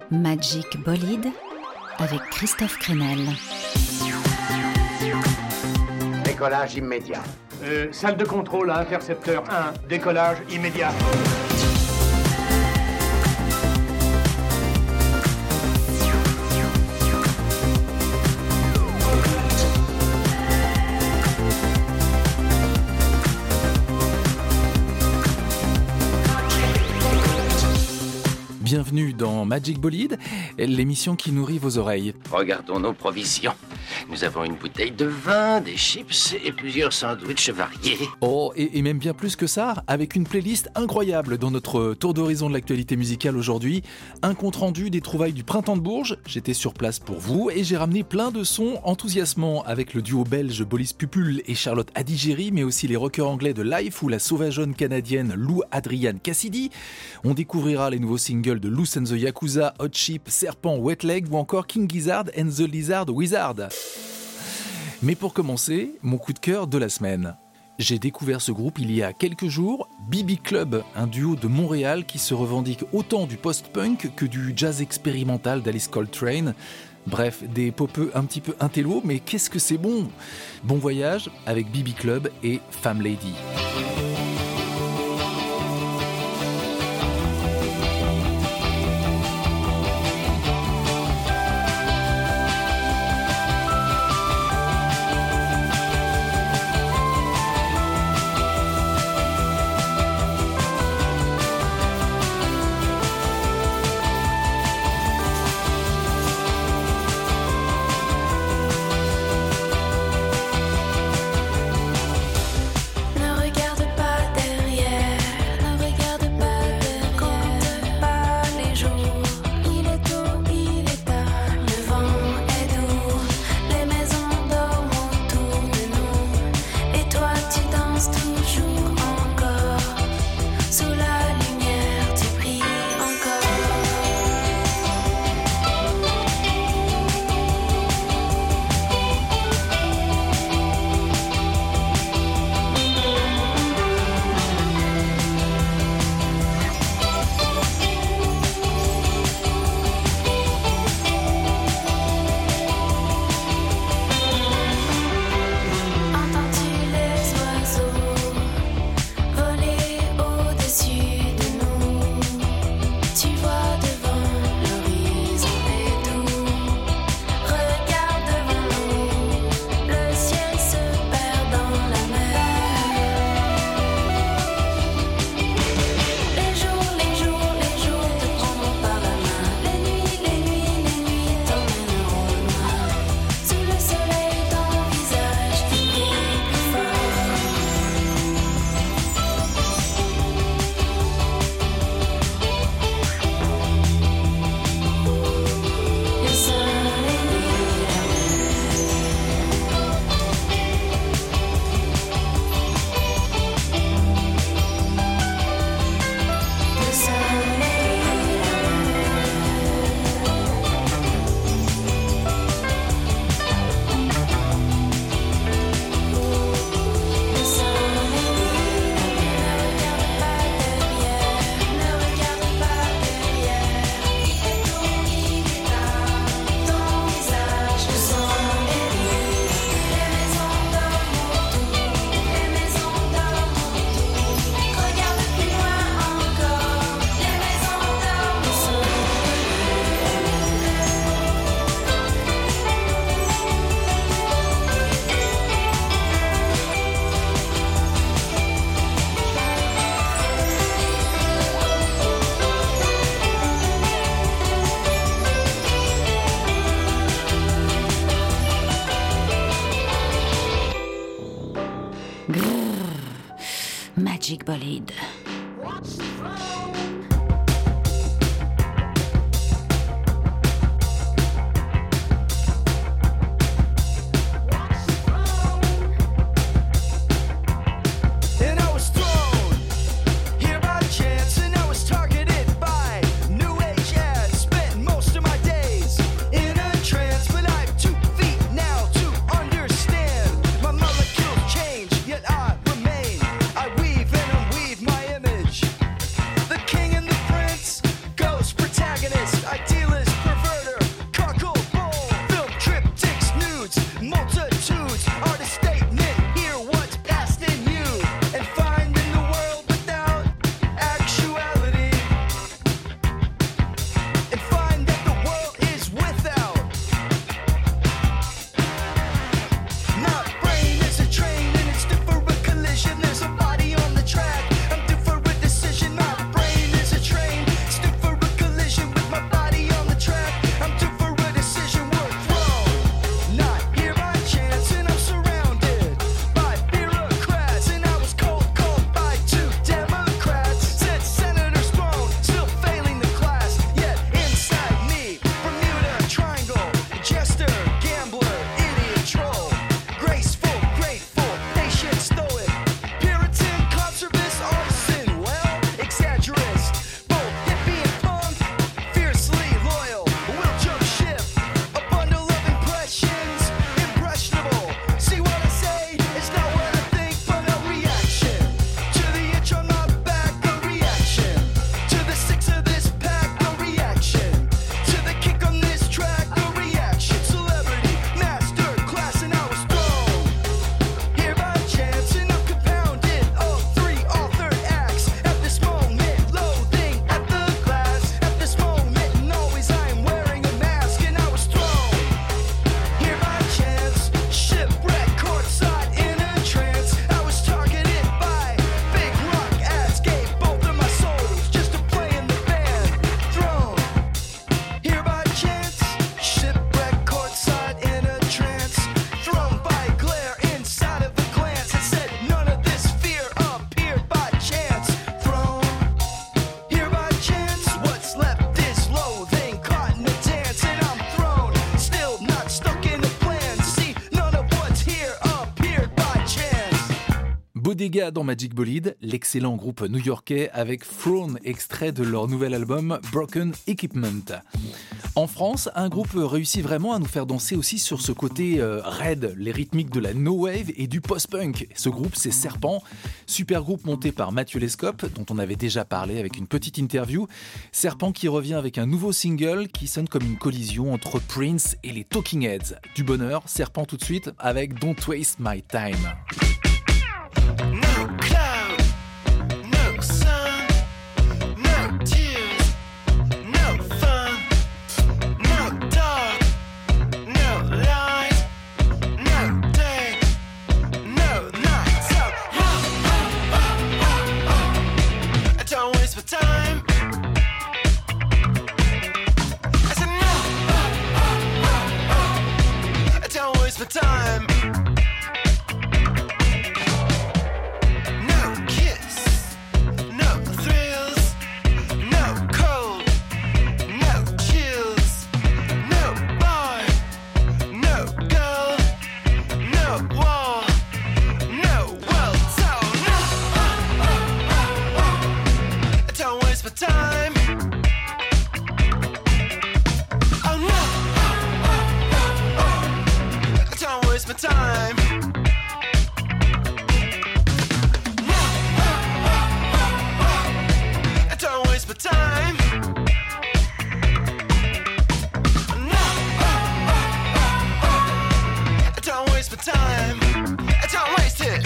Magic Bolide avec Christophe Crenel. Décollage immédiat. Salle de contrôle à intercepteur 1, décollage immédiat. Bienvenue dans Magic Bolide, l'émission qui nourrit vos oreilles. Regardons nos provisions. Nous avons une bouteille de vin, des chips et plusieurs sandwichs variés. Oh, et même bien plus que ça, avec une playlist incroyable dans notre tour d'horizon de l'actualité musicale aujourd'hui. Un compte-rendu des trouvailles du Printemps de Bourges. J'étais sur place pour vous et j'ai ramené plein de sons enthousiasmants avec le duo belge Bolis Pupul et Charlotte Adigéry, mais aussi les rockers anglais de Life ou la sauvageonne canadienne Lou Adrian Cassidy. On découvrira les nouveaux singles de Loose and the Yakuza, Hot Chip, Serpent, Wet Leg ou encore King Gizzard and the Lizard Wizard. Mais pour commencer, mon coup de cœur de la semaine. J'ai découvert ce groupe il y a quelques jours, BB Club, un duo de Montréal qui se revendique autant du post-punk que du jazz expérimental d'Alice Coltrane. Bref, des popeux un petit peu intello, mais qu'est-ce que c'est bon! Bon voyage avec BB Club et Femme Lady. Magic Bolide. Yet I remain, I weave and unweave my image. The king and the dégâts dans Magic Bolide, l'excellent groupe new-yorkais avec Throne, extrait de leur nouvel album Broken Equipment. En France, un groupe réussit vraiment à nous faire danser aussi sur ce côté raid, les rythmiques de la no-wave et du post-punk. Ce groupe, c'est Serpent, super groupe monté par Mathieu Lescope, dont on avait déjà parlé avec une petite interview. Serpent qui revient avec un nouveau single qui sonne comme une collision entre Prince et les Talking Heads. Du bonheur, Serpent tout de suite avec Don't Waste My Time. No cloud, no sun, no tears, no fun, no dark, no light, no day, no night. So, don't waste my time. I said no, don't waste my time. Time. Don't waste my time. Don't waste my time. Don't waste it.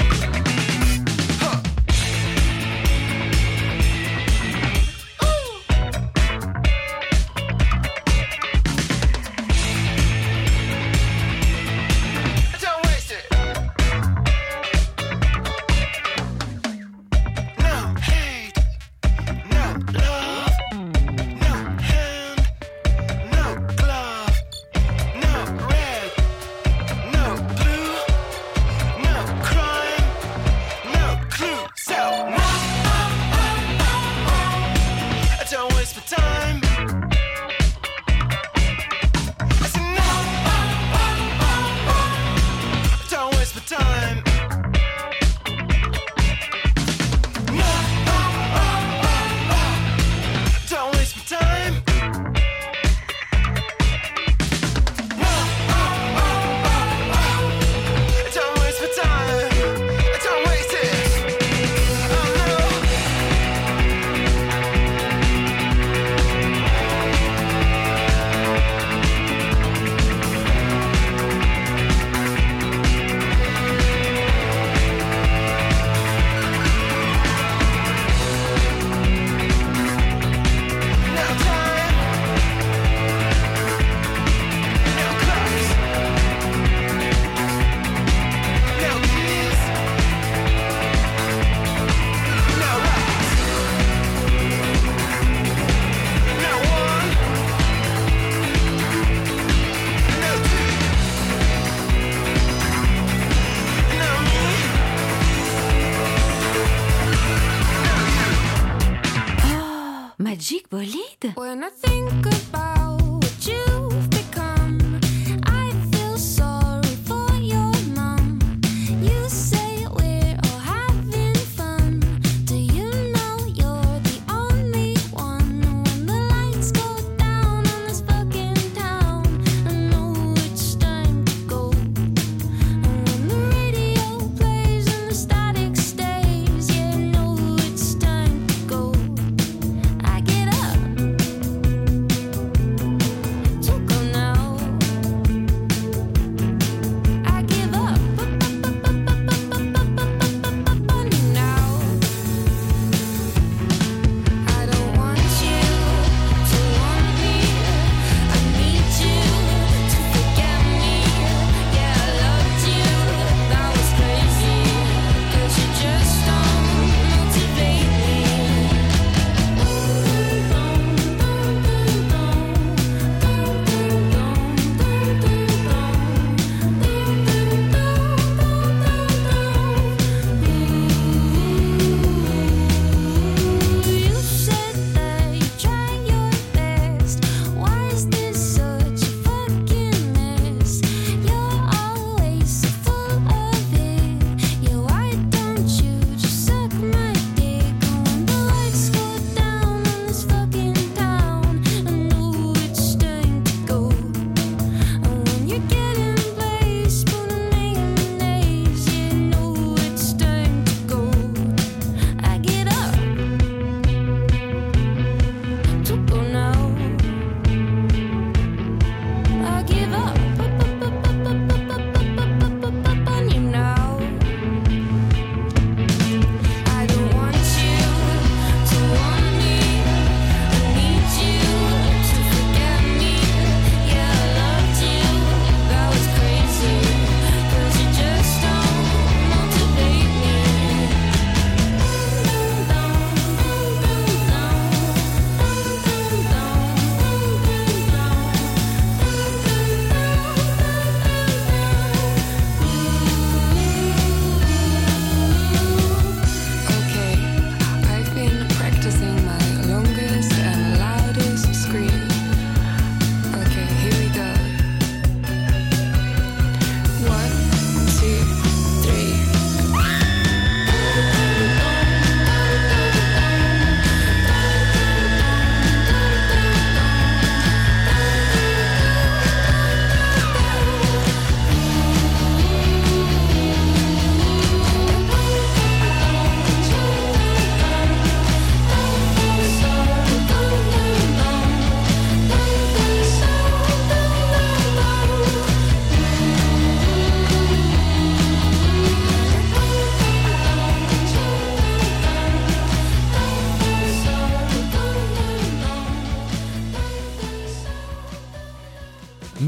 Magic Bolide. When I think about what you've become, I feel sorry for your mom. You say we're all having fun. Do you know you're the only one? When the lights go down on this fucking town, I know it's time to go. And when the radio plays and the static stays, yeah, I know it's time to go. I get up.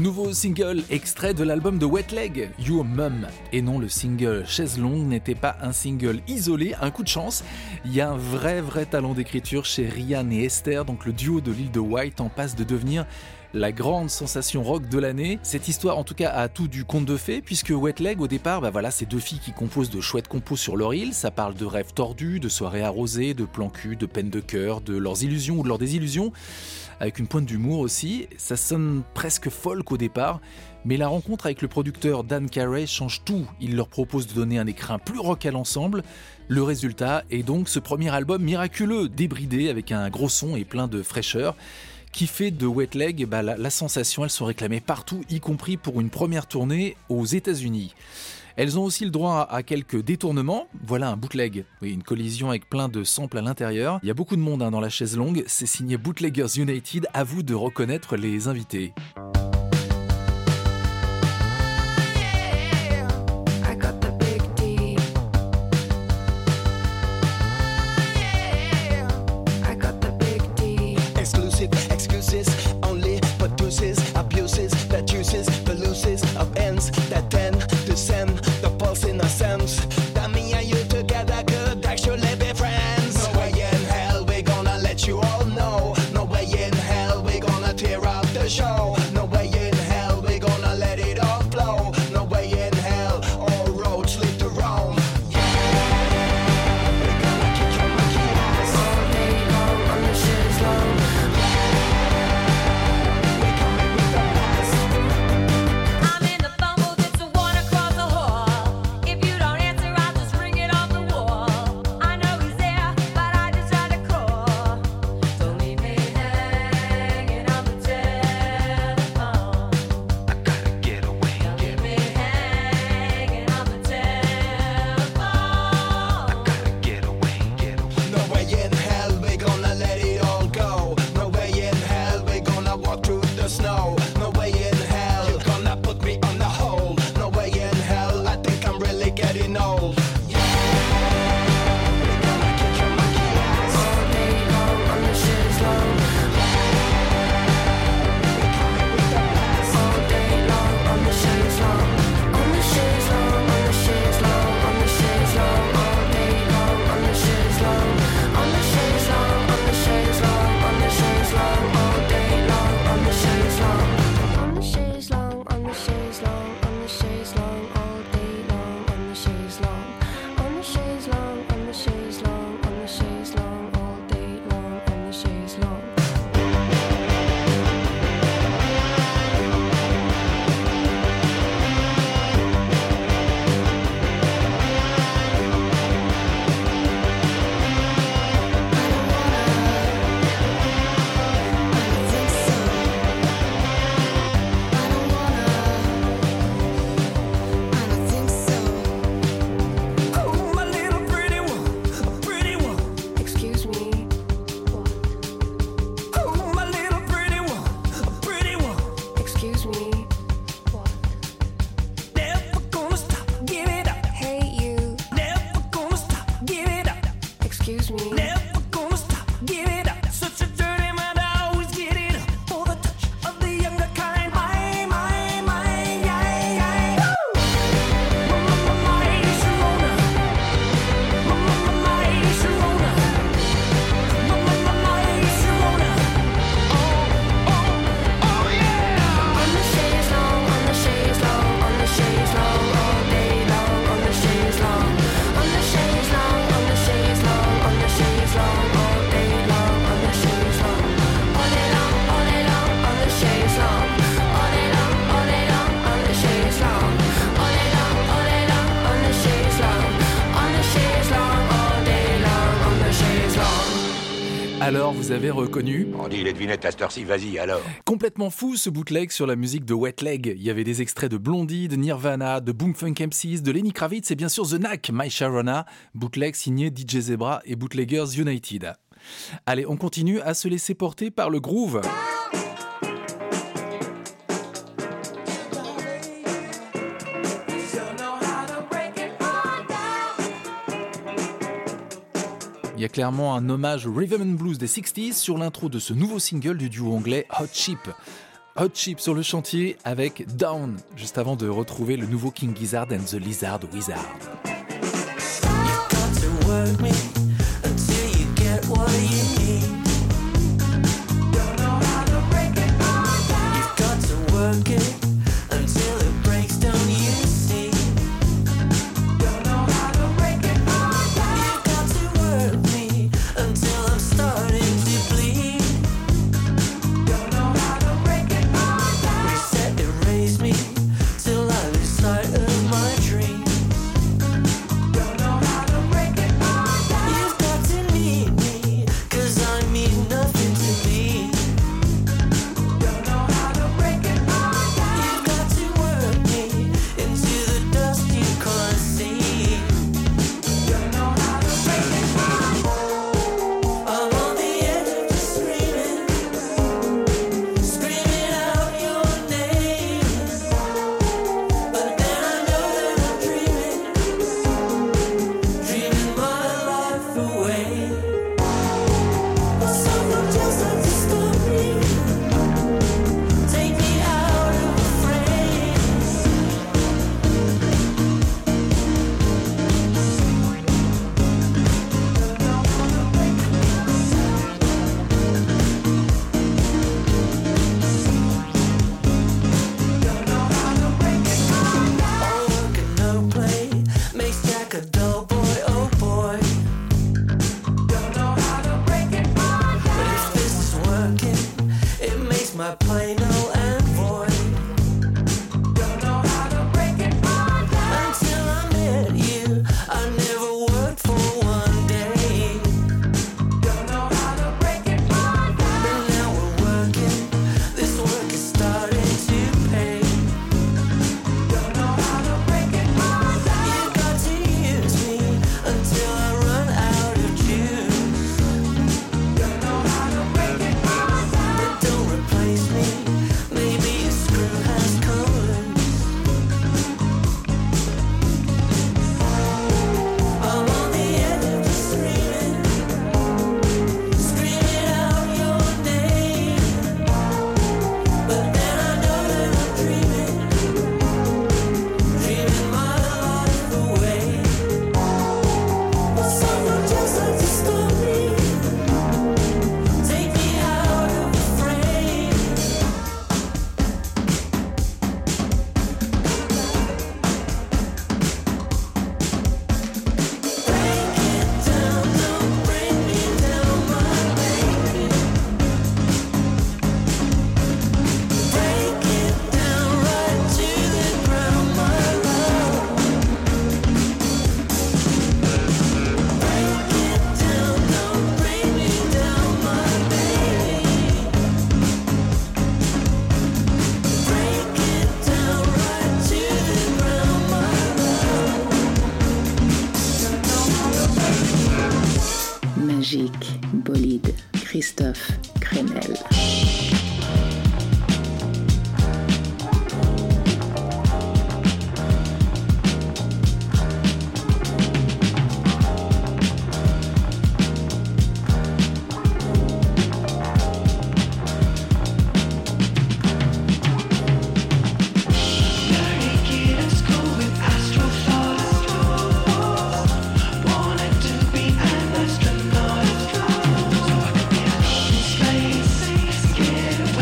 Nouveau single extrait de l'album de Wet Leg, Your Mum. Et non, le single Chaise Longue n'était pas un single isolé, un coup de chance. Il y a un vrai talent d'écriture chez Ryan et Esther, donc le duo de l'île de Wight en passe de devenir la grande sensation rock de l'année. Cette histoire en tout cas a tout du conte de fées, puisque Wet Leg au départ, c'est deux filles qui composent de chouettes compos sur leur île. Ça parle de rêves tordus, de soirées arrosées, de plans cul, de peines de cœur, de leurs illusions ou de leurs désillusions, avec une pointe d'humour aussi. Ça sonne presque folk au départ, mais la rencontre avec le producteur Dan Carey change tout. Il leur propose de donner un écrin plus rock à l'ensemble. Le résultat est donc ce premier album miraculeux, débridé avec un gros son et plein de fraîcheur, qui fait de Wet Leg la sensation. Elles sont réclamées partout, y compris pour une première tournée aux États-Unis. Elles ont aussi le droit à quelques détournements. Voilà un bootleg, une collision avec plein de samples à l'intérieur. Il y a beaucoup de monde dans la chaise longue, c'est signé Bootleggers United, à vous de reconnaître les invités. Excuses only produces abuses that uses the loses of ends that tend to send the false innocence that me and you together could actually be friends. No way in hell we gonna let you all know. No way in hell we gonna tear up the show. No way in hell we gonna let it all flow. No way in hell all roads lead to Rome. We're gonna kick your monkey ass all day long on the chaise longue. Alors, vous avez reconnu ? On dit les devinettes à cette heure-ci, vas-y alors. Complètement fou ce bootleg sur la musique de Wet Leg. Il y avait des extraits de Blondie, de Nirvana, de Boom Funk MCs, de Lenny Kravitz et bien sûr The Knack, My Sharona. Bootleg signé DJ Zebra et Bootleggers United. Allez, on continue à se laisser porter par le groove. Il y a clairement un hommage au Rhythm and Blues des 60s sur l'intro de ce nouveau single du duo anglais Hot Chip. Hot Chip sur le chantier avec Down, juste avant de retrouver le nouveau King Gizzard and the Lizard Wizard. Got to work me until you get what you need. Don't know how to break it all down. You've got to work it until it breaks down, you see. Don't know how to break it all down. You've got to work me until I'm starting to bleed. Don't know how to break it all down. Reset, erase me till I lose sight of my dreams. Don't know how to break it all down. You've got to need me, 'cause I mean nothing to me. Don't know how to break it all down. You've got to work me into the dust you can't see. Don't know how to break it all down. I'm on the edge of just screaming out your name. But then I know that I'm dreaming my life away. But someone just had to stop me, take me out of the frame. All work and no play makes Jack a dull boy, oh boy. Don't know how to break it all down. But if this is working, it makes my play null and void. Don't know how to break it all down. Until I met you, I never worked for one day. Don't know how to break it all down. But now we're working, this work is starting to pay. Don't know how to break it all down. You've got to use me until I run out of juice. Don't know how to break it all down. But don't replace me, maybe a screw has come loose. I'm on the edge of just screaming out your name. But then I know that I'm dreaming my life away. But someone just had to stop me, take me out of the frame. Break it down, don't bring me down, my baby. Break it down right to the ground, my love. Break it down, don't bring me down, my baby. Break it down right to the ground, my love. Magique, bolide, Christophe Crenel. Wanted to be an astronaut, so I could get out in space, get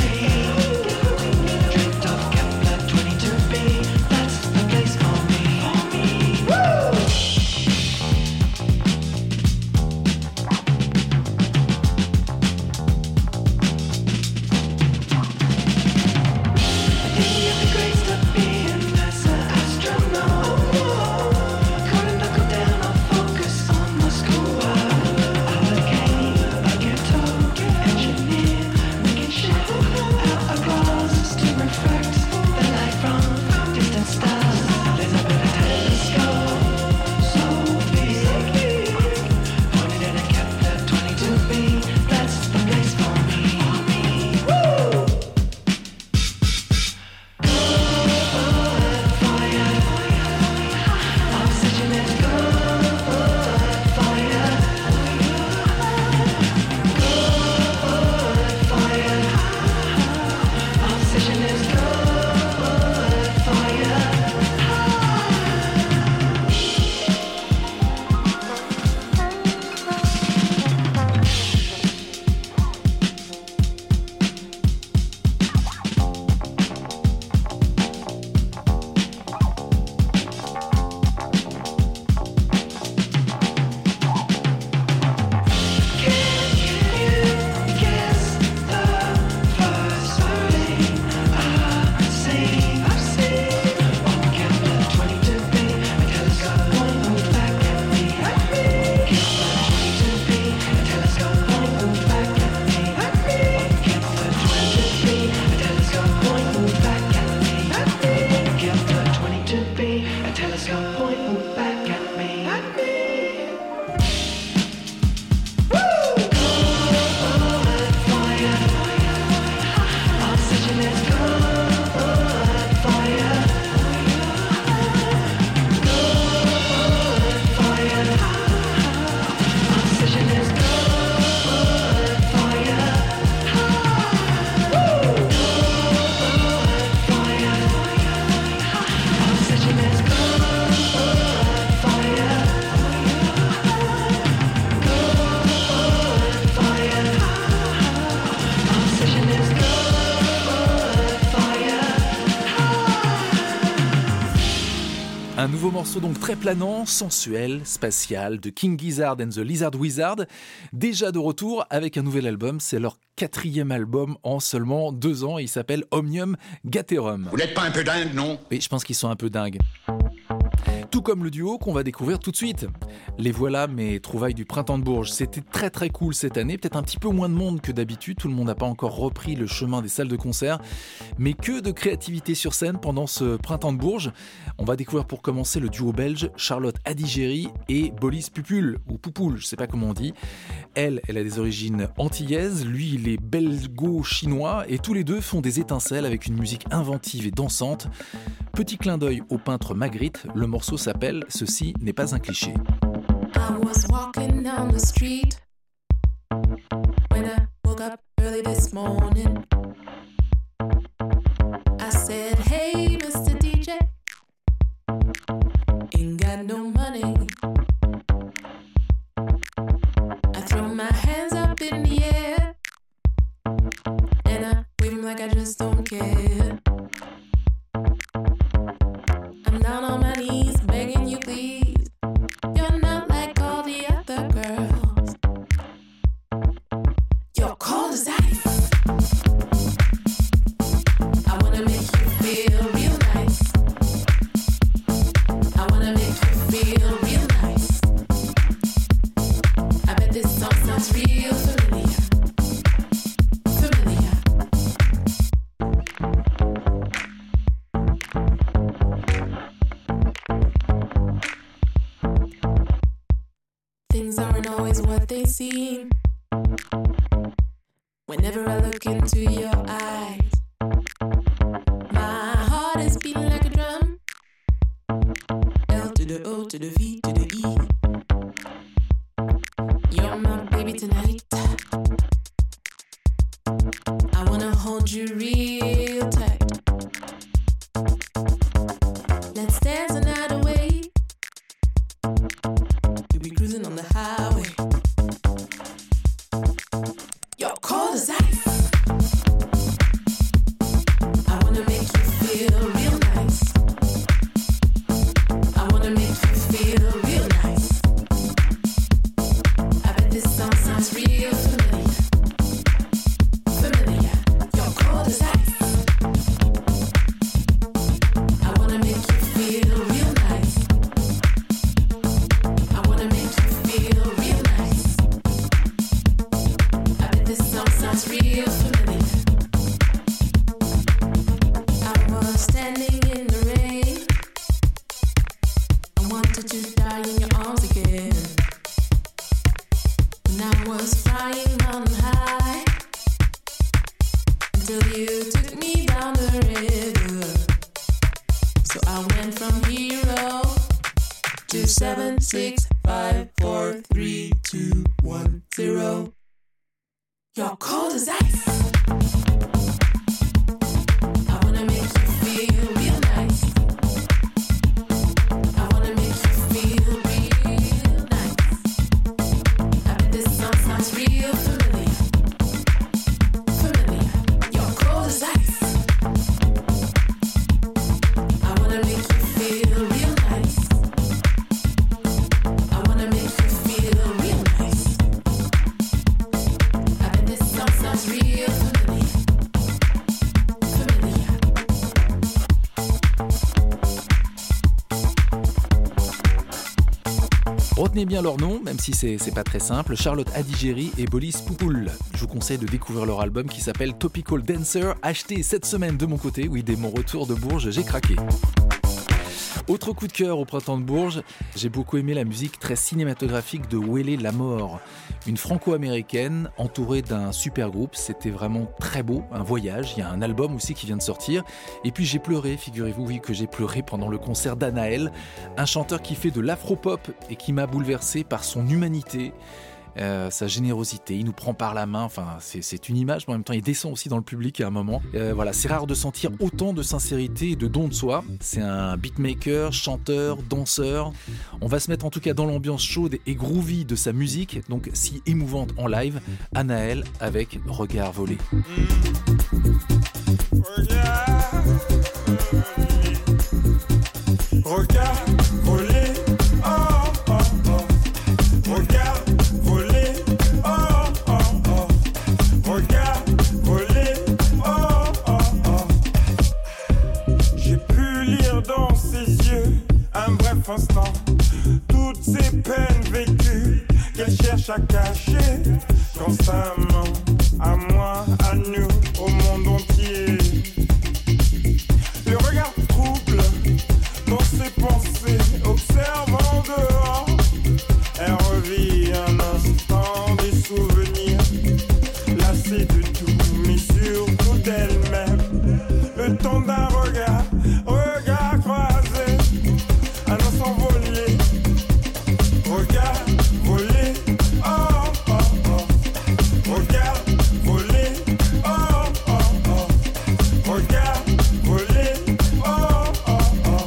nouveau morceau donc très planant, sensuel, spatial de King Gizzard and the Lizard Wizard. Déjà de retour avec un nouvel album, c'est leur 4e album en seulement 2 ans. Il s'appelle Omnium Gatherum. Vous n'êtes pas un peu dingue, non ? Oui, je pense qu'ils sont un peu dingues. Tout comme le duo qu'on va découvrir tout de suite. Les voilà mes trouvailles du printemps de Bourges. C'était très très cool cette année, peut-être un petit peu moins de monde que d'habitude, tout le monde n'a pas encore repris le chemin des salles de concert, mais que de créativité sur scène pendant ce printemps de Bourges. On va découvrir pour commencer le duo belge Charlotte Adigéry et Bolis Pupul, ou Poupoul, je sais pas comment on dit. Elle a des origines antillaises, lui il est belgo-chinois, et tous les deux font des étincelles avec une musique inventive et dansante. Petit clin d'œil au peintre Magritte, le morceau s'appelle « Ceci n'est pas un cliché ». I was walking down the street when I woke up early this morning. I said, hey, Mr. DJ, ain't got no money. I throw my hands up in the air and I wave them like I just don't care. I'm down on my knees begging you please. You're not like all the other girls. You're cold as ice. I wanna make you feel real nice. I wanna make you feel real nice. I bet this song sounds real familiar. Familiar. Things aren't always what they seem. Whenever I look into your eyes, my heart is beating like a drum. L to the O to the V to the E. You're my baby tonight. I wanna hold you real tight. Let's dance the night away. We'll be cruising on the highway. You're cold as ice. I wanna make you feel real nice. I wanna make you feel real nice. I bet this song sounds real familiar. Familiar. You're cold as ice. I wanna make you feel real nice. I wanna make you feel real nice. I bet this song sounds real familiar. I was standing in the rain. I wanted to die in your arms again. And I was flying mountain high until you took me down the river. So I went from hero to 7, 6, 5, 4, 3, 2, 1, 0. You're cold as ice. I wanna make you feel real nice. I wanna make you feel real nice. I bet this song sounds real familiar. Familiar. You're cold as ice. I wanna make you feel real nice. I wanna make you feel real nice. I bet this song sounds real familiar. Familiar. Retenez bien leur nom, même si c'est pas très simple, Charlotte Adigéry et Bolis Poupoul. Je vous conseille de découvrir leur album qui s'appelle Topical Dancer, acheté cette semaine de mon côté. Oui, dès mon retour de Bourges, j'ai craqué. Autre coup de cœur au printemps de Bourges, j'ai beaucoup aimé la musique très cinématographique de Wélé Lamor, une franco-américaine entourée d'un super groupe. C'était vraiment très beau, un voyage. Il y a un album aussi qui vient de sortir. Et puis j'ai pleuré, figurez-vous, oui, que j'ai pleuré pendant le concert d'Anaël, un chanteur qui fait de l'afro-pop et qui m'a bouleversé par son humanité. Sa générosité, il nous prend par la main, enfin c'est une image, mais en même temps il descend aussi dans le public à un moment. Voilà, c'est rare de sentir autant de sincérité et de don de soi. C'est un beatmaker, chanteur, danseur. On va se mettre en tout cas dans l'ambiance chaude et groovy de sa musique, donc si émouvante en live. Anaël avec Regard volé. Regard cherche à cacher constamment, à moi, à nous, au monde entier. Le regard trouble dans ses pensées, observant dehors, elle revit un instant des souvenirs, lassée de tout, mais surtout d'elle-même. Le temps d'un regard croisé, un instant volé, regard volé, oh oh oh, regard volé, oh oh oh, regard volé, oh oh oh.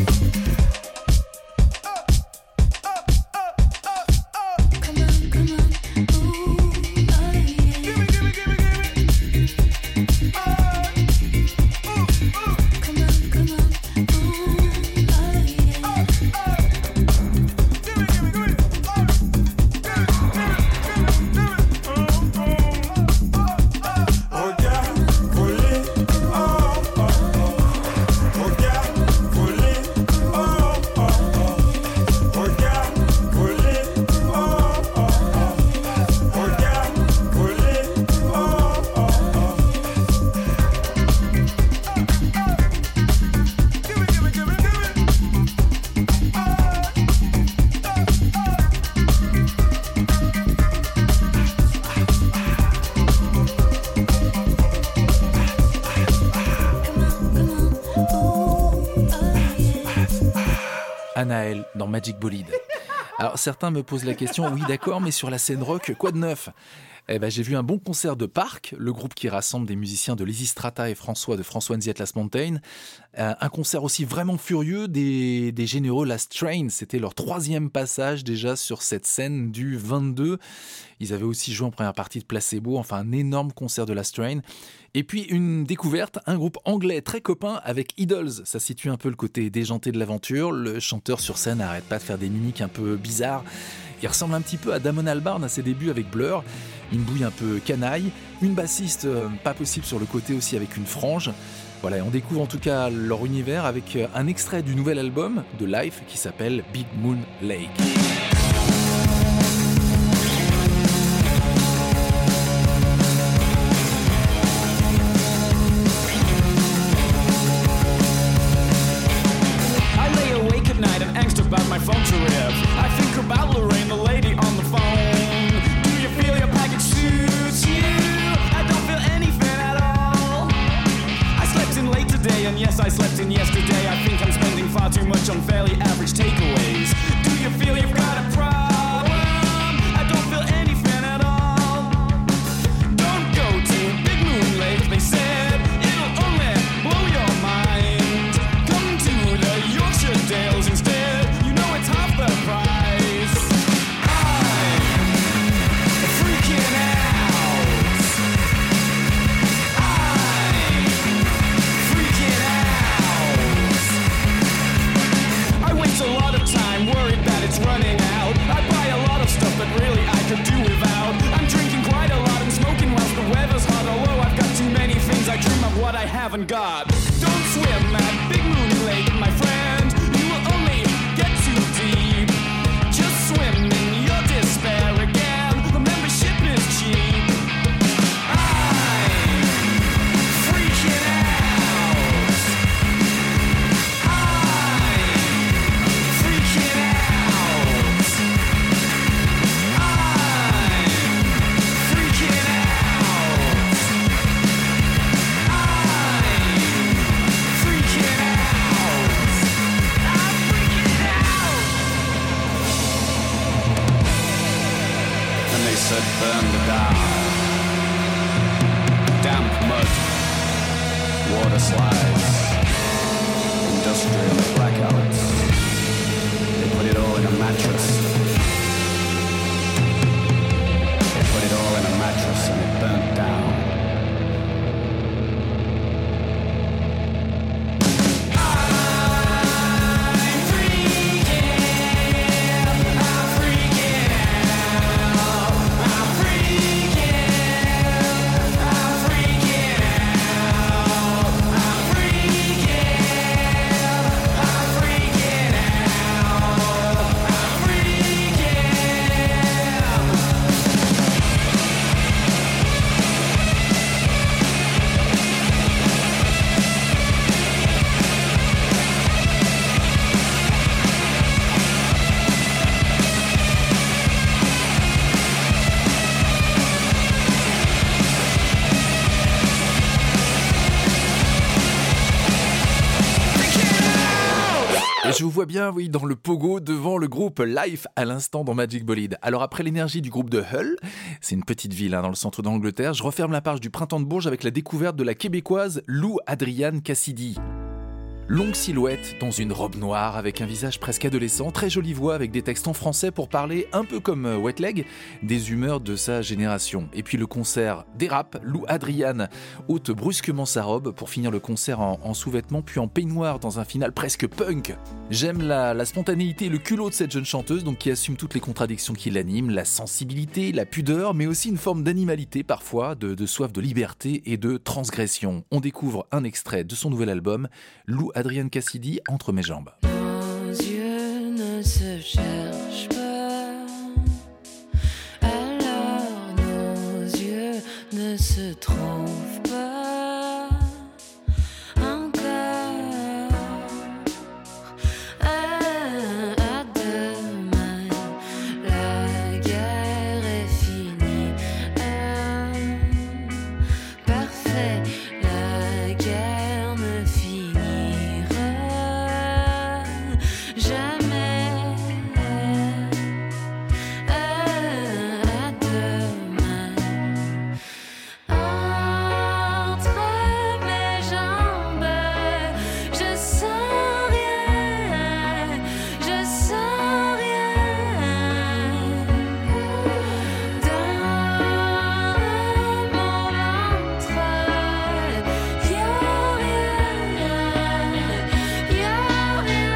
Anaël dans Magic Bolide. Alors certains me posent la question, oui d'accord, mais sur la scène rock, quoi de neuf ? Eh ben, j'ai vu un bon concert de Park, le groupe qui rassemble des musiciens de Lizzy Strata et François de François and the Atlas Mountain. Un concert aussi vraiment furieux des généraux Last Train. C'était leur 3e passage déjà sur cette scène du 22. Ils avaient aussi joué en première partie de Placebo, enfin un énorme concert de Last Train. Et puis une découverte, un groupe anglais très copain avec Idols. Ça situe un peu le côté déjanté de l'aventure. Le chanteur sur scène n'arrête pas de faire des mimiques un peu bizarres. Il ressemble un petit peu à Damon Albarn à ses débuts avec Blur. Une bouille un peu canaille, une bassiste pas possible sur le côté aussi avec une frange. Voilà, et on découvre en tout cas leur univers avec un extrait du nouvel album de Life qui s'appelle Big Moon Lake. I lay awake at night and angst about my phone to rip. I think about Lorraine, the lady on the phone. Do you feel your package suits you? I don't feel anything at all. I slept in late today, and yes, I slept in yesterday. I think I'm spending far too much on fairly average takeaways. Do you feel you've got a problem? I don't feel anything at all. Don't go to Big Moon Lake, they said. It'll only blow your mind. Come to the Yorkshire Dales instead. You know it's half the price. I'm freaking out. I'm freaking out. I waste a lot of time worried that it's running out. I buy a lot of stuff that really I could do without. I'm drinking quite a lot and smoking whilst the weather's hot. Although I've got too many things, I dream of what I haven't got. Don't swim at Big Moon Lake, my friend. You will only get too deep. Just swim in your despair again. The membership is cheap. I'm freaking out. I'm freaking out. I'm freaking out. I'm freaking out. I'm freaking out. And they said burn the down. Damp mud, water slides, industrial blackouts. They put it all in a mattress. They put it all in a mattress and it burnt down. I'm freaking out. I'm freaking out. I'm freaking out. I'm freaking Je vous vois bien, oui, dans le pogo devant le groupe Life à l'instant dans Magic Bolide. Alors après l'énergie du groupe de Hull, c'est une petite ville dans le centre d'Angleterre, je referme la page du Printemps de Bourges avec la découverte de la québécoise Lou Adriane Cassidy. Longue silhouette dans une robe noire avec un visage presque adolescent, très jolie voix avec des textes en français pour parler un peu comme Wet Leg des humeurs de sa génération. Et puis le concert dérape, Lou Adriane ôte brusquement sa robe pour finir le concert en sous-vêtements puis en peignoir dans un final presque punk. J'aime la spontanéité et le culot de cette jeune chanteuse donc qui assume toutes les contradictions qui l'animent, la sensibilité, la pudeur mais aussi une forme d'animalité parfois, de soif de liberté et de transgression. On découvre un extrait de son nouvel album, Lou Adriane Cassidy, Entre mes jambes. Nos yeux ne se cherchent pas, alors nos yeux ne se trouvent pas encore. À demain, la guerre est finie. Parfait, la guerre ne finit jamais. À demain. Entre mes jambes, je sens rien, je sens rien. Dans mon ventre, y'a rien, y'a rien.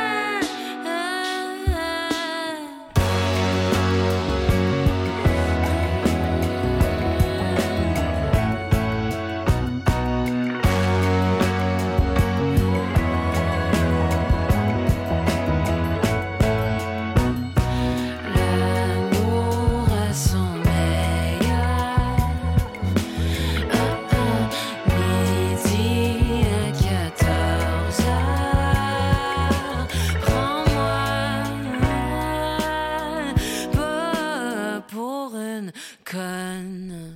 L'amour à son meilleur, midi à 14h. Prends-moi pas pour une conne.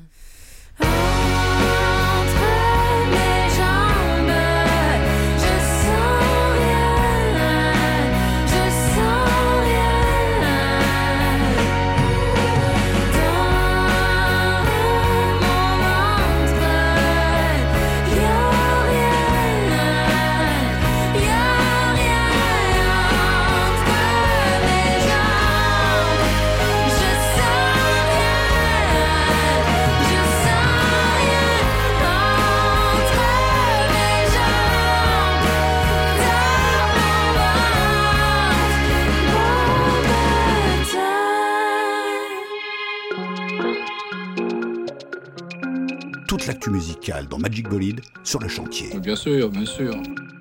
Entre mes jambes, je sens rien, je sens rien. Dans mon ventre, y'a rien, y'a rien. Entre mes jambes, je sens rien, je sens rien. Entre mes jambes, Toute l'actu musicale dans Magic Bolide sur le chantier. Bien sûr, bien sûr.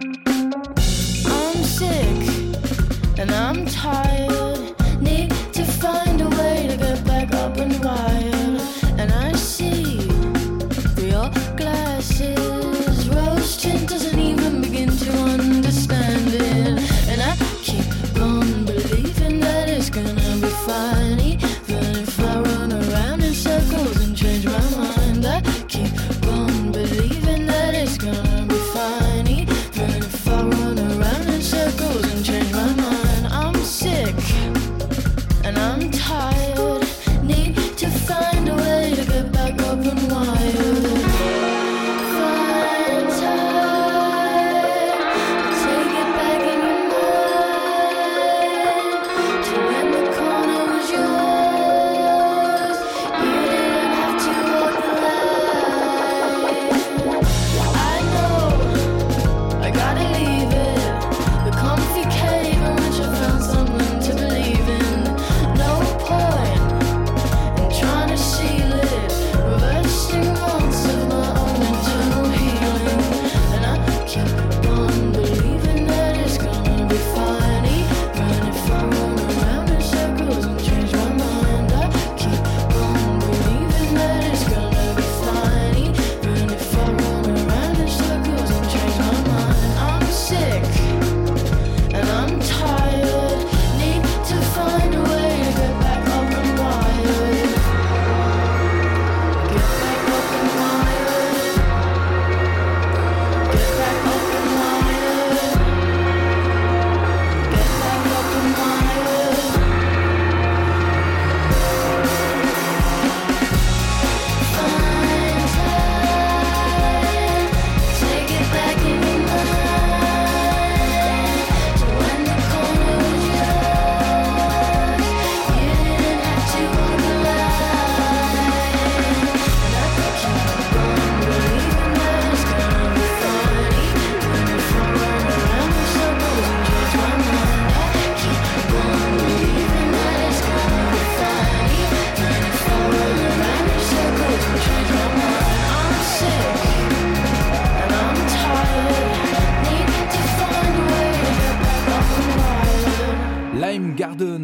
I'm sick and I'm tired. Need to find a way to get back up and wired. And I see through your glasses. Rose tint doesn't even begin to understand it. And I keep on believing that it's gonna be fine. Even if I run around in circles and change my mind. I keep on believing that it's gonna be fine. Even if I run around in circles and change my mind. I'm sick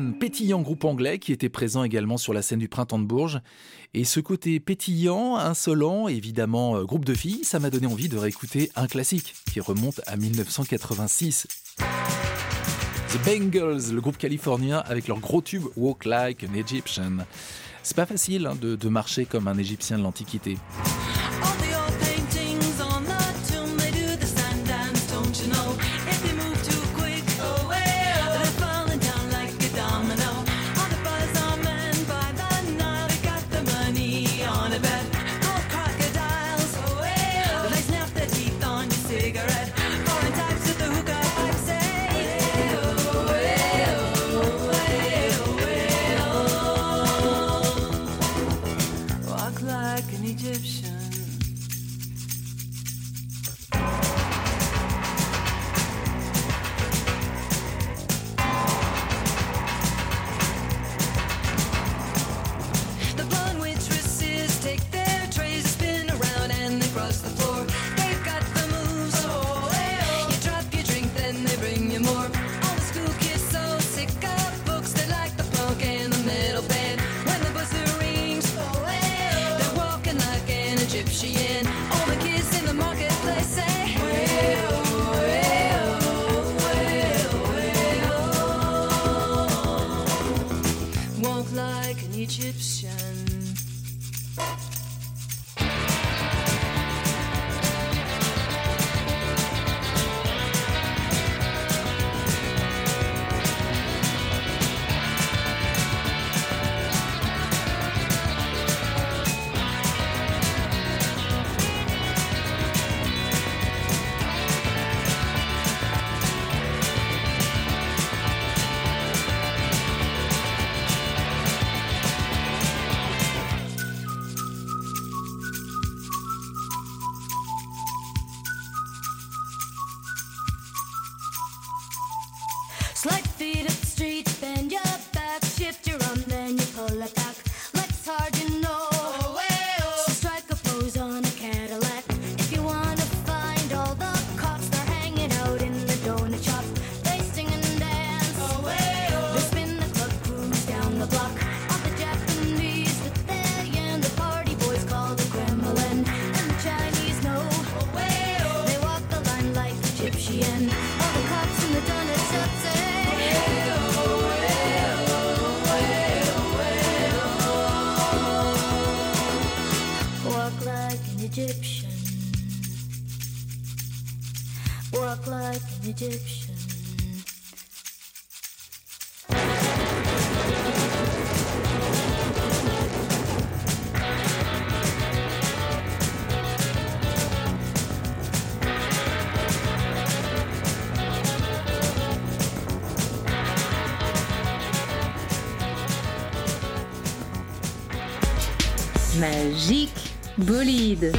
Egyptian, pétillant groupe anglais qui était présent également sur la scène du Printemps de Bourges. Et ce côté pétillant, insolent, évidemment groupe de filles, ça m'a donné envie de réécouter un classique qui remonte à 1986. The Bangles, le groupe californien avec leur gros tube Walk Like an Egyptian. C'est pas facile de marcher comme un Égyptien de l'Antiquité. Slide feet up the street, bend your back, shift your arm, then you pull it back. Like it's hard, you know. So strike a pose on a Cadillac. If you wanna find all the cops, they're hanging out in the donut shop. They sing and dance. They spin the club, cruise down the block. All the Japanese with their yen, the party boys call the Kremlin, and the Chinese know. They walk the line like Egyptian. All the cops in the donut shop say. Walk like an Egyptian. Walk like an Egyptian. Magique Bolide.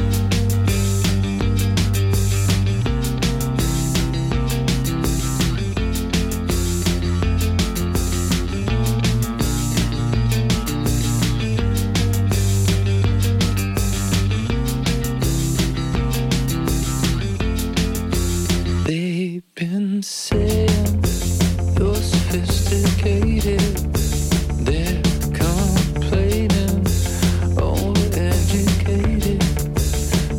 They've been saying you're sophisticated. They're complaining, overeducated.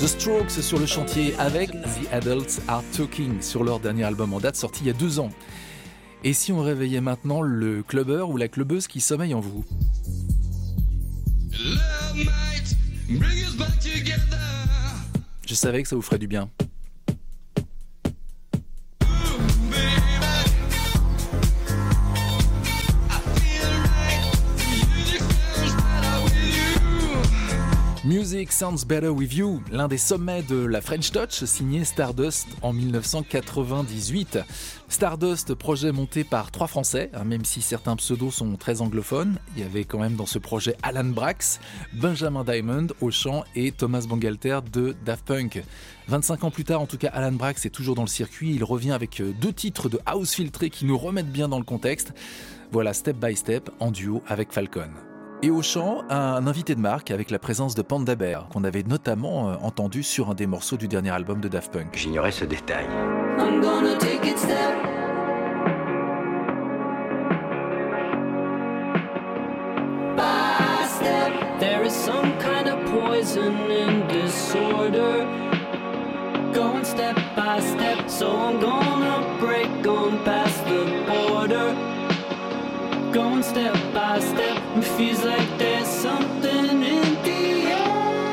The Strokes sur le chantier avec The Adults Are Talking sur leur dernier album en date sorti il y a 2 ans. Et si on réveillait maintenant le clubbeur ou la clubbeuse qui sommeille en vous? Je savais que ça vous ferait du bien. Music Sounds Better With You, l'un des sommets de la French Touch, signé Stardust en 1998. Stardust, projet monté par 3 Français, même si certains pseudos sont très anglophones. Il y avait quand même dans ce projet Alan Braxe, Benjamin Diamond au chant et Thomas Bangalter de Daft Punk. 25 ans plus tard, en tout cas, Alan Braxe est toujours dans le circuit. Il revient avec 2 titres de house filtré qui nous remettent bien dans le contexte. Voilà Step by Step en duo avec Falcon. Et au chant, un invité de marque avec la présence de Panda Bear, qu'on avait notamment entendu sur un des morceaux du dernier album de Daft Punk. J'ignorais ce détail. I'm gonna take it step by step. There is some kind of poison and disorder. Going step by step, so I'm gonna break on past the border. Going step by step, it feels like there's something in the air.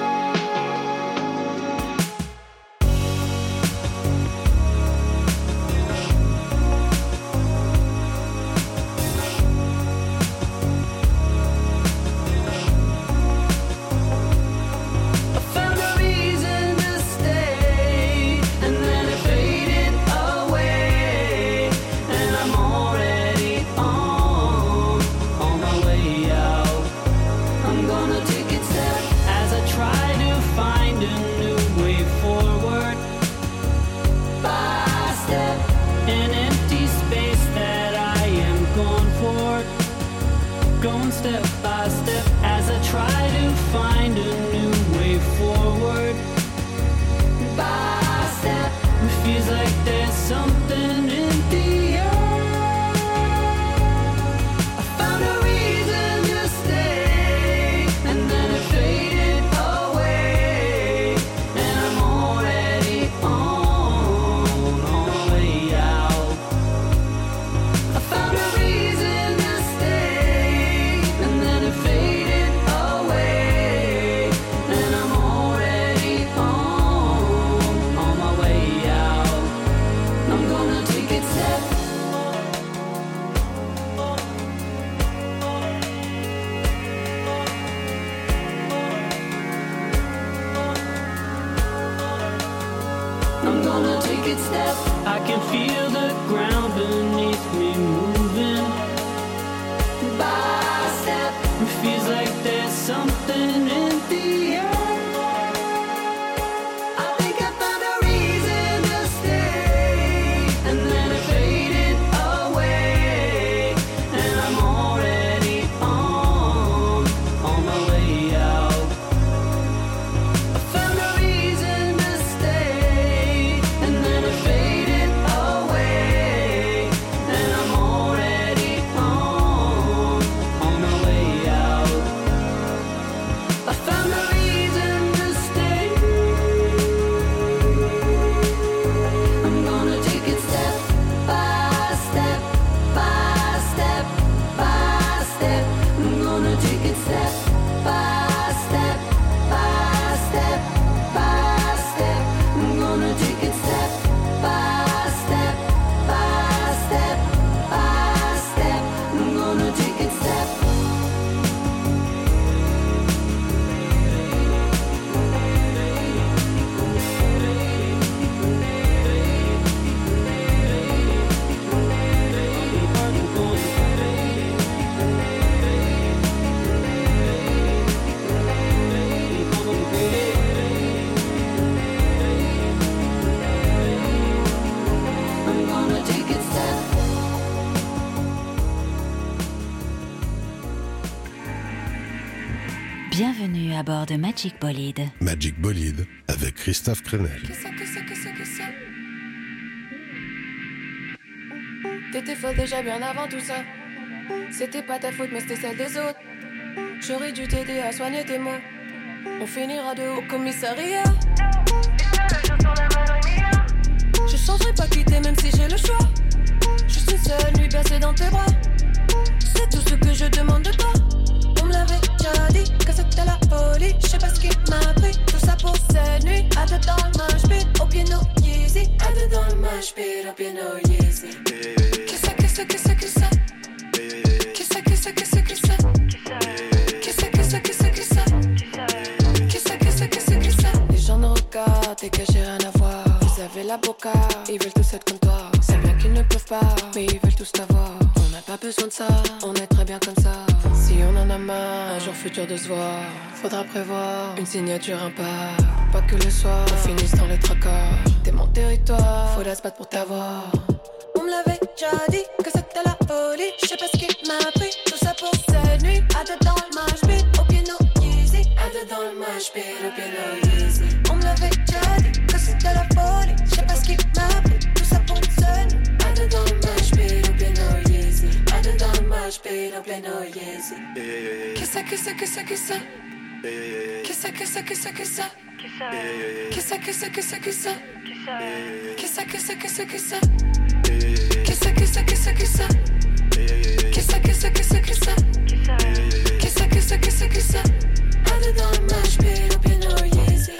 I found a reason to stay, and then it faded away, and I'm already on my way out. I'm gonna take it step as I try to find a new way forward. By step, an empty space that I am going for. Going step by step as I try to find a new way forward. By step, it feels like there's something in the air. I found a reason to stay, and then it faded away, and I'm already on my way out. I found a reason to stay, and then it faded away, and I'm already on my way out. I'm gonna take it step. I'm gonna take it step. I can feel the ground beneath me moving. By step, it feels like there's something in the air. I think I found a reason to stay, and then it faded away, and I'm already on my way out. I found a reason to stay, and then it faded away, and I'm already on my way out. I found a reason to stay. I'm gonna take it step by step by step by step. I'm gonna take it step by step by step by step. I'm gonna take it step by step by step by step. I'm gonna take it step. I'm gonna take it step. Bienvenue à bord de Magic Bolide. Magic Bolide avec Christophe Crenel. Que ça T'étais folle déjà bien avant tout ça. C'était pas ta faute mais c'était celle des autres. J'aurais dû t'aider à soigner tes mots. On finira de haut au commissariat. j'oserais pas quitter même si j'ai le choix. Juste une seule nuit bercée dans tes bras. C'est tout ce que je demande de toi. On me l'avait déjà dit que c'était la folie. Je sais pas ce qui m'a pris, tout ça pour cette nuit. À deux dans le mosh pit, au pied no Yeezy. À deux dans le mosh pit, au pied no Yeezy. Qu'est-ce que c'est? Qu'est-ce que c'est? Les gens nous regardent et que j'ai rien à voir. Vous avez la boca, ils veulent tous être comme toi. C'est bien qu'ils ne peuvent pas, mais ils veulent tous t'avoir. On n'a pas besoin de ça, on est très bien comme ça. Si on en a marre, un jour futur de se voir, faudra prévoir une signature, un pas. Pas que le soir, on finisse dans les tracas. T'es mon territoire, faudra se battre pour t'avoir. On me l'avait déjà dit que c'était la folie. Je sais pas ce qui m'a pris, tout ça pour cette nuit. À deux dans le mosh pit, au pied no Yeezy. À deux dans le mosh pit, au pied no Yeezy. On me l'avait déjà dit que c'était la folie. Je sais pas ce qui m'a pris, tout ça pour cette nuit. À deux dans le mosh pit, au pied no Yeezy. À deux dans le mosh pit, au pied no Yeezy. Qu'est-ce que c'est? Qu'est-ce que c'est? Qu'est-ce que c'est? Qu'est-ce que c'est? Qu'est-ce que c'est? Qu'est-ce que c'est? Qu'est-ce que c'est? Qu'est-ce que c'est? Qu'est-ce que c'est? Qu'est-ce que c'est? Qu'est-ce que c'est? Qu'est-ce que c'est? Qu'est-ce que c'est? Qu'est-ce que c'est? À deux dans le mosh pit, au pied no Yeezy.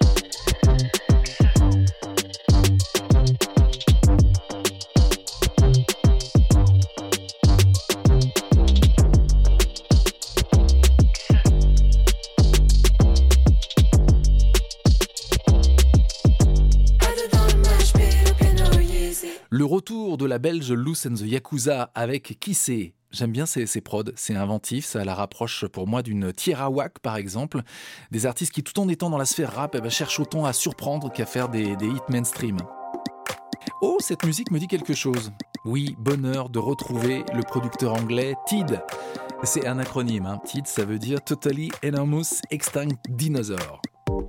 Le retour de la Belge Loose and the Yakuza avec Qui c'est ? J'aime bien ces prods, c'est inventif, ça la rapproche pour moi d'une Tierra Whack par exemple, des artistes qui tout en étant dans la sphère rap cherchent autant à surprendre qu'à faire des hits mainstream. Oh, cette musique me dit quelque chose. Oui, bonheur de retrouver le producteur anglais Tid. C'est un acronyme, hein. Tid ça veut dire Totally Enormous Extinct Dinosaur.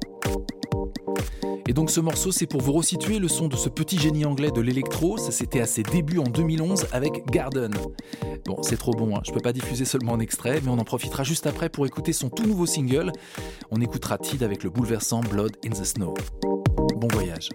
Et donc ce morceau, c'est pour vous resituer le son de ce petit génie anglais de l'électro. Ça c'était à ses débuts en 2011 avec Garden. Bon, c'est trop bon, hein. Je peux pas diffuser seulement un extrait, mais on en profitera juste après pour écouter son tout nouveau single. On écoutera Tid avec le bouleversant Blood in the Snow. Bon voyage.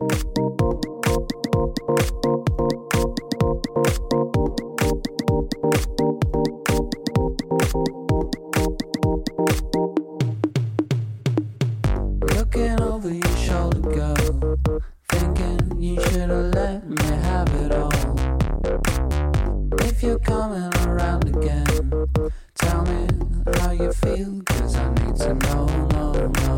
Looking over your shoulder, girl, thinking you should have let me have it all. If you're coming around again, tell me how you feel, 'cause I need to know, no.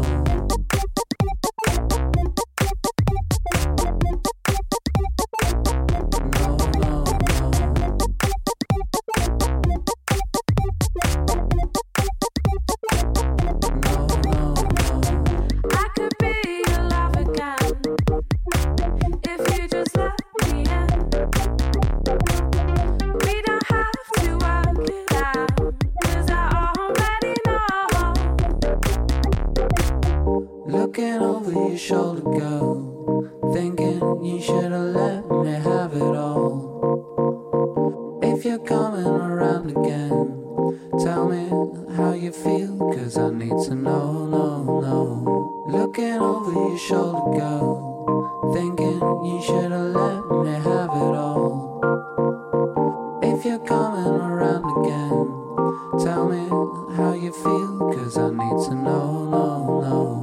Looking over your shoulder, girl, thinking you should have let me have it all. If you're coming around again, tell me how you feel, 'cause I need to know, no. Looking over your shoulder, girl, thinking you should have let me have it all. If you're coming around again, tell me how you feel, 'cause I need to know, no.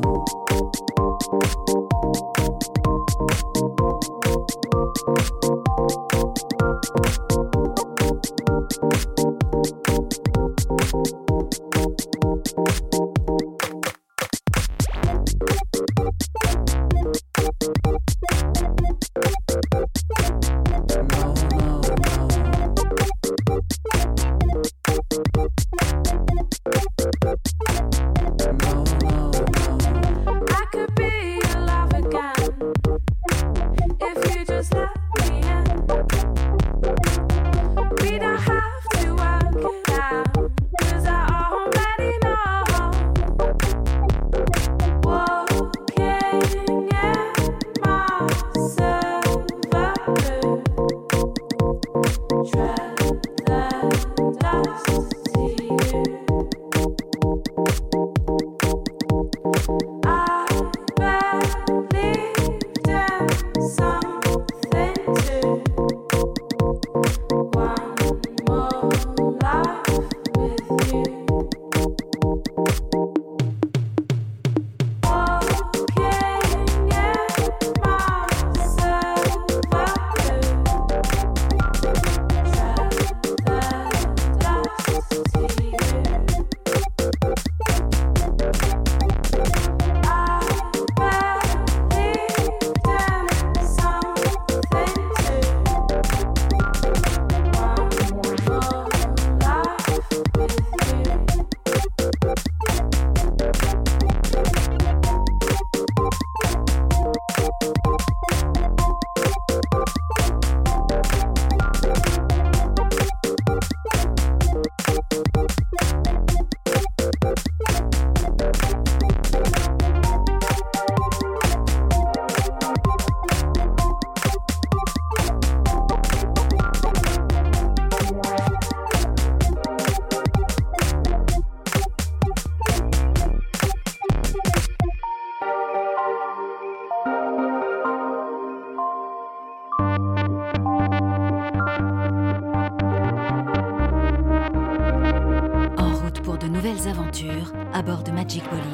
Magic Bolide.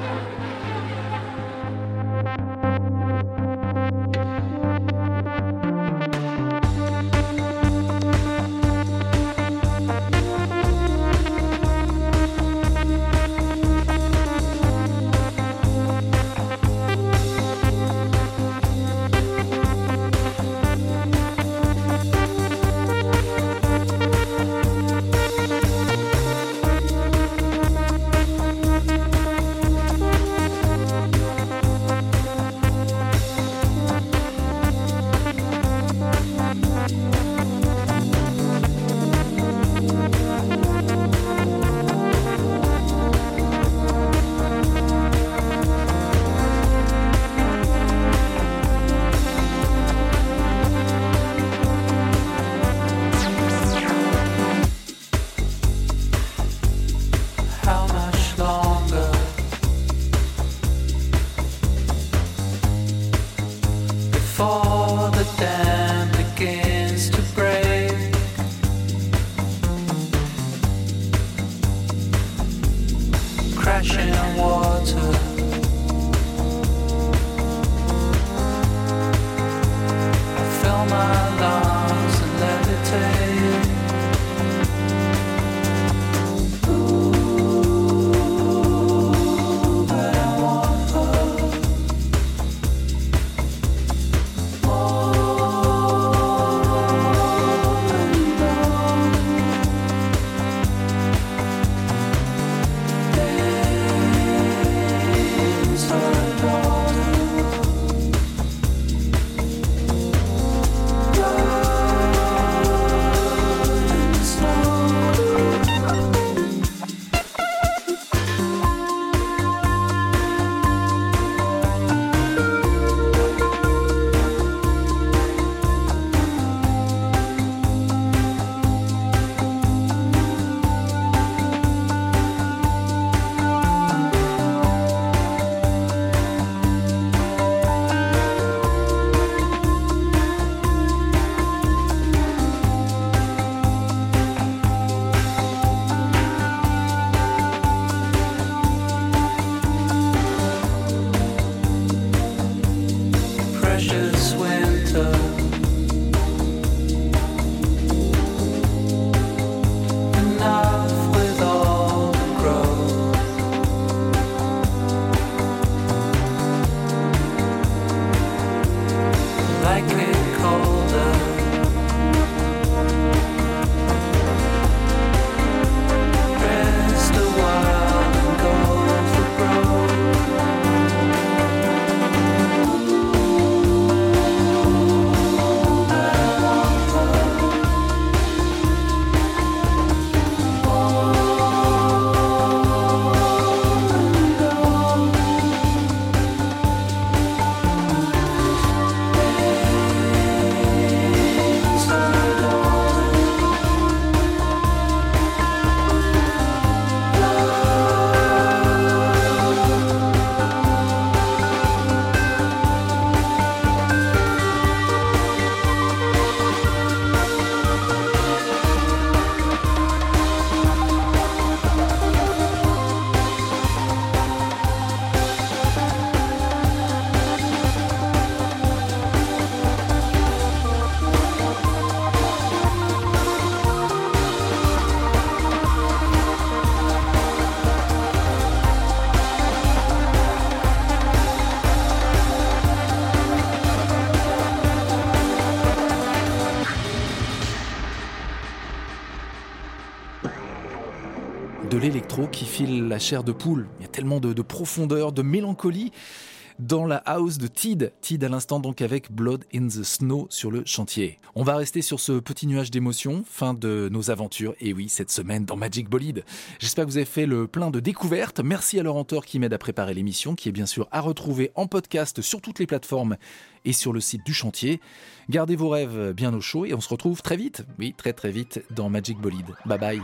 De l'électro qui file la chair de poule. Il y a tellement de profondeur, de mélancolie dans la house de Tid. Tid à l'instant donc avec Blood in the Snow sur le chantier. On va rester sur ce petit nuage d'émotions, fin de nos aventures, et oui, cette semaine dans Magic Bolide. J'espère que vous avez fait le plein de découvertes. Merci à Laurent Thor qui m'aide à préparer l'émission, qui est bien sûr à retrouver en podcast sur toutes les plateformes et sur le site du chantier. Gardez vos rêves bien au chaud et on se retrouve très vite, oui, très très vite dans Magic Bolide. Bye bye.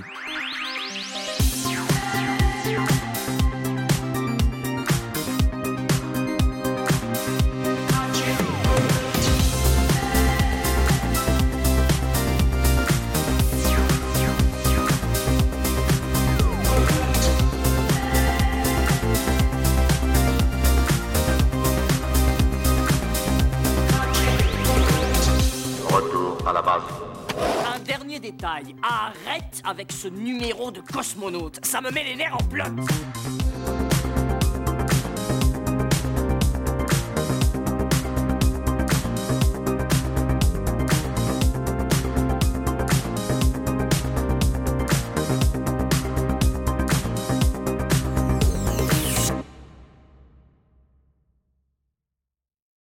grave. Un dernier détail, arrête avec ce numéro de cosmonaute, ça me met les nerfs en bloc.